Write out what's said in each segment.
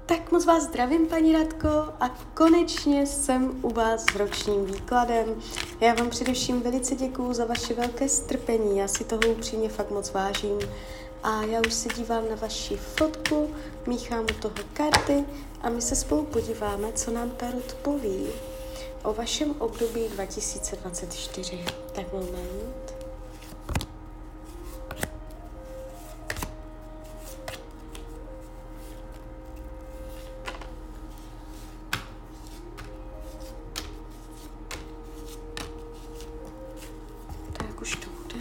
Tak moc vás zdravím, paní Radko, a konečně jsem u vás s ročním výkladem. Já vám především velice děkuju za vaše velké strpení, já si toho upřímně fakt moc vážím. A já už se dívám na vaši fotku, míchám u toho karty a my se spolu podíváme, co nám Tarot poví o vašem období 2024. Tak moment. Tak už to bude.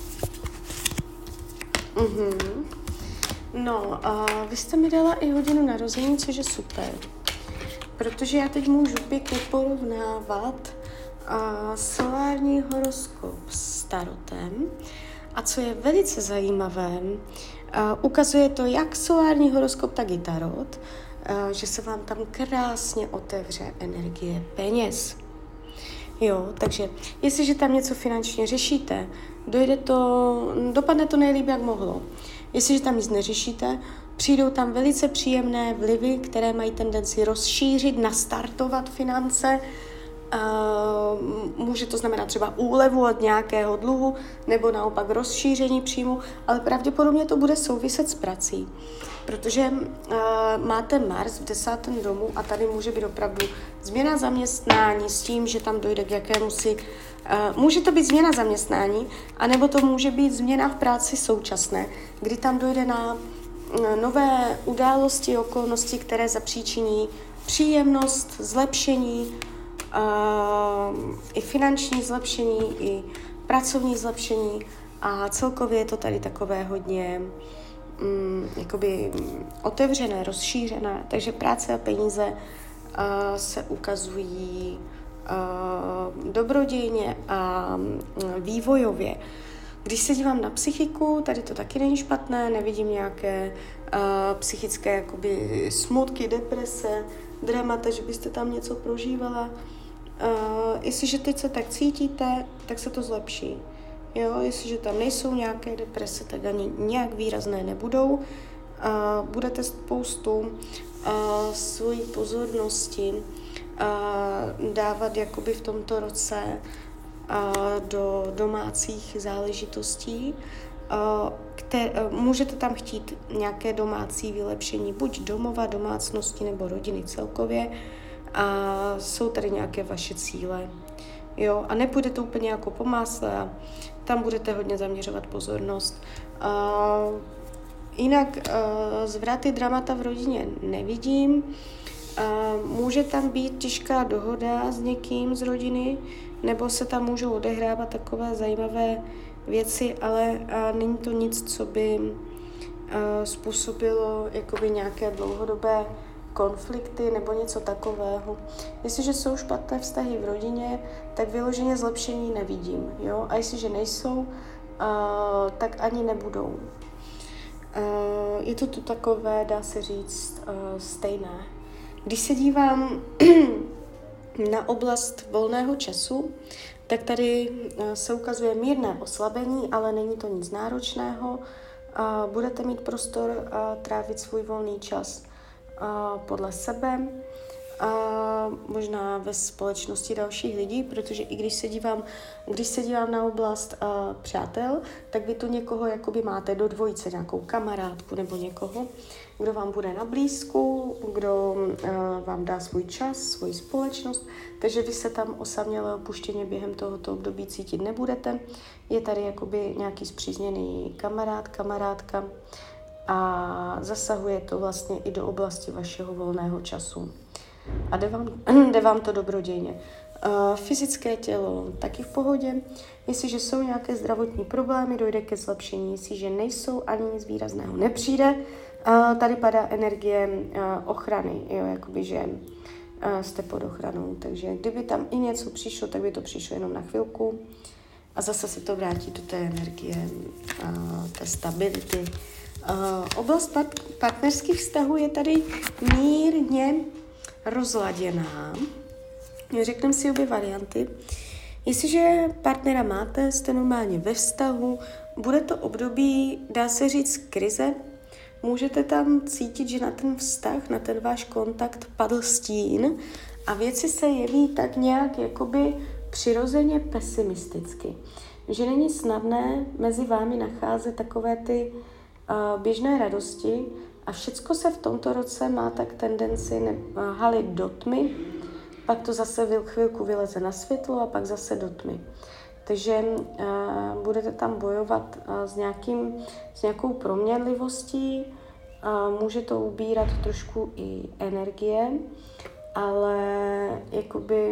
No, vy jste mi dala i hodinu narození, což je super. Protože já teď můžu pěkně porovnávat solární horoskop s tarotem. A co je velice zajímavé, ukazuje to jak solární horoskop, tak i tarot, že se vám tam krásně otevře energie peněz. Jo, takže jestliže tam něco finančně řešíte, dopadne to nejlíp, jak mohlo. Jestliže tam nic neřešíte, přijdou tam velice příjemné vlivy, které mají tendenci rozšířit, nastartovat finance. Může to znamenat třeba úlevu od nějakého dluhu nebo naopak rozšíření příjmu, ale pravděpodobně to bude souviset s prací, protože máte Mars v 10. domu a tady může být opravdu změna zaměstnání s tím, že tam dojde k jakémusi... Může to být změna zaměstnání, anebo to může být změna v práci současné, kdy tam dojde na nové události, okolnosti, které zapříčiní příjemnost, zlepšení, i finanční zlepšení, i pracovní zlepšení a celkově je to tady takové hodně jakoby otevřené, rozšířené, takže práce a peníze se ukazují dobrodějně a vývojově. Když se dívám na psychiku, tady to taky není špatné, nevidím nějaké psychické jakoby smutky, deprese, dramata, že byste tam něco prožívala. Jestliže teď se tak cítíte, tak se to zlepší. Jo, jestliže tam nejsou nějaké deprese, tak ani nějak výrazné nebudou. Budete spoustu svojí pozornosti dávat jakoby v tomto roce do domácích záležitostí. Můžete tam chtít nějaké domácí vylepšení, buď domova, domácnosti nebo rodiny celkově. A jsou tady nějaké vaše cíle. Jo? A nepůjde to úplně jako po másle a tam budete hodně zaměřovat pozornost. Jinak zvraty, dramata v rodině nevidím. Může tam být těžká dohoda s někým z rodiny, nebo se tam můžou odehrávat takové zajímavé věci, ale není to nic, co by způsobilo jakoby nějaké dlouhodobé konflikty nebo něco takového. Jestliže jsou špatné vztahy v rodině, tak vyloženě zlepšení nevidím. Jo? A jestliže nejsou, tak ani nebudou. Je to tu takové, dá se říct, stejné. Když se dívám na oblast volného času, tak tady se ukazuje mírné oslabení, ale není to nic náročného. Budete mít prostor trávit svůj volný čas podle sebe, možná ve společnosti dalších lidí, protože i když se dívám na oblast přátel, tak vy tu někoho jakoby máte do dvojice, nějakou kamarádku nebo někoho, kdo vám bude na blízku, kdo vám dá svůj čas, svoji společnost, takže vy se tam osaměle opuštěně během tohoto období cítit nebudete. Je tady jakoby nějaký spřízněný kamarád, kamarádka a zasahuje to vlastně i do oblasti vašeho volného času. A jde vám to dobrodějně. Fyzické tělo taky v pohodě. Jestliže jsou nějaké zdravotní problémy, dojde ke zlepšení. Jestliže nejsou, ani nic výrazného nepřijde. Tady padá energie ochrany, jo, jakoby, že jste pod ochranou. Takže kdyby tam i něco přišlo, tak by to přišlo jenom na chvilku. A zase se to vrátí do té energie, té stability. Oblast partnerských vztahů je tady mírně rozladěná. Řekneme si obě varianty. Jestliže partnera máte, jste normálně ve vztahu, bude to období, dá se říct, krize, můžete tam cítit, že na ten vztah, na ten váš kontakt padl stín a věci se jeví tak nějak jakoby přirozeně pesimisticky. Že není snadné mezi vámi nacházet takové ty běžné radosti a všecko se v tomto roce má tak tendenci halit do tmy, pak to zase chvilku vyleze na světlo a pak zase do tmy. Takže budete tam bojovat s nějakou proměnlivostí, může to ubírat trošku i energie, ale jakoby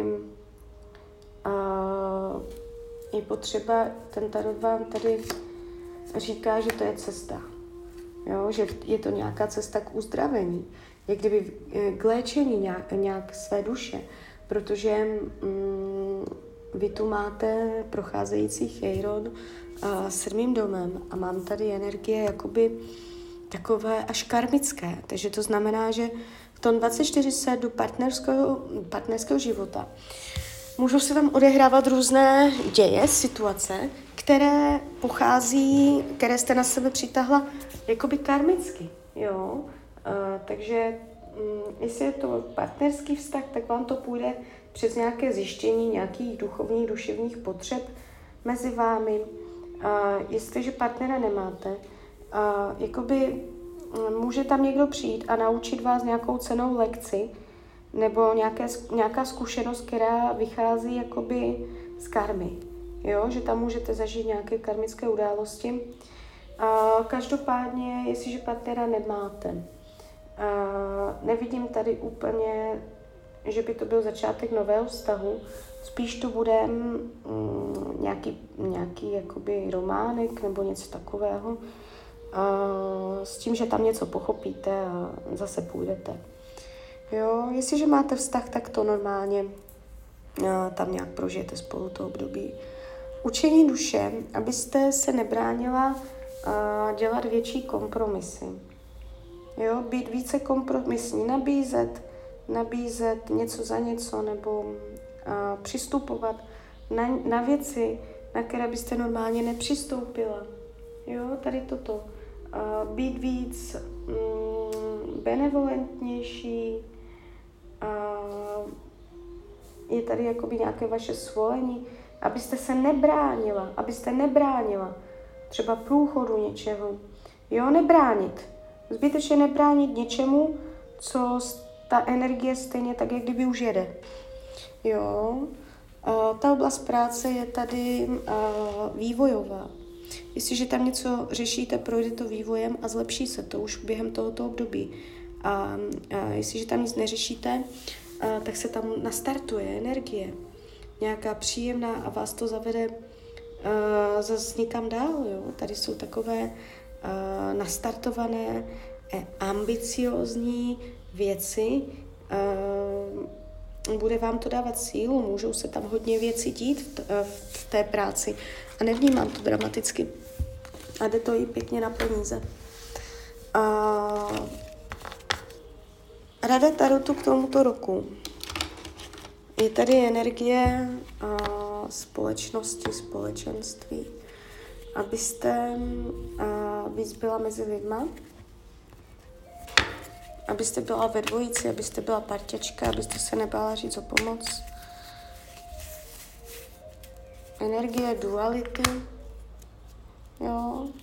je potřeba, ten tarot vám tady říká, že to je cesta, jo? Že je to nějaká cesta k uzdravení, jak kdyby k léčení nějak své duše, protože vy tu máte procházející Chiron 7. domem a mám tady energie jakoby takové až karmické, takže to znamená, že v tom 24 se do partnerského života můžou se tam odehrávat různé děje, situace, které jste na sebe přitahla jakoby karmicky, jo. Takže jestli je to partnerský vztah, tak vám to půjde přes nějaké zjištění nějakých duchovních, duševních potřeb mezi vámi. Jestliže partnera nemáte, jakoby může tam někdo přijít a naučit vás nějakou cennou lekci nebo nějaká zkušenost, která vychází jakoby z karmy. Jo? Že tam můžete zažít nějaké karmické události. Každopádně, jestliže partnera nemáte, nevidím tady úplně, že by to byl začátek nového vztahu, spíš to bude nějaký jakoby románek nebo něco takového, s tím, že tam něco pochopíte a zase půjdete. Jo, jestliže máte vztah, tak to normálně tam nějak prožijete spolu to období. Učení duše, abyste se nebránila dělat větší kompromisy. Jo, být více kompromisní, nabízet něco za něco nebo přistupovat na věci, na které byste normálně nepřistoupila. Jo, tady toto. Být víc benevolentnější, je tady jakoby nějaké vaše svolení, abyste se nebránila třeba průchodu něčeho. Jo, nebránit. Zbytečně nebránit něčemu, co ta energie stejně tak, jak kdyby už jede. Jo, ta oblast práce je tady vývojová. Jestliže tam něco řešíte, projde to vývojem a zlepší se to už během tohoto období. A jestliže tam nic neřešíte, tak se tam nastartuje energie. Nějaká příjemná a vás to zavede zase někam dál. Jo? Tady jsou takové nastartované, ambiciózní věci. Bude vám to dávat sílu, můžou se tam hodně věcí dít v té práci. A nevnímám to dramaticky. A jde to i pěkně na peníze. Rada tarotu k tomuto roku. Je tady energie společnosti, společenství. Abyste víc byla mezi lidma, abyste byla ve dvojici, abyste byla parťačka, abyste se nebála říct o pomoc. Energie duality. Jo.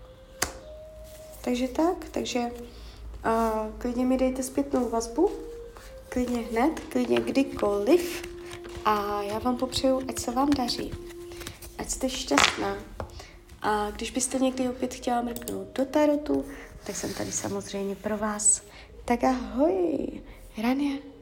Takže klidně mi dejte zpětnou vazbu, klidně hned, klidně kdykoliv a já vám popřeju, ať se vám daří, ať jste šťastná. A když byste někdy opět chtěla mrknout do tarotu, tak jsem tady samozřejmě pro vás. Tak ahoj, Rania.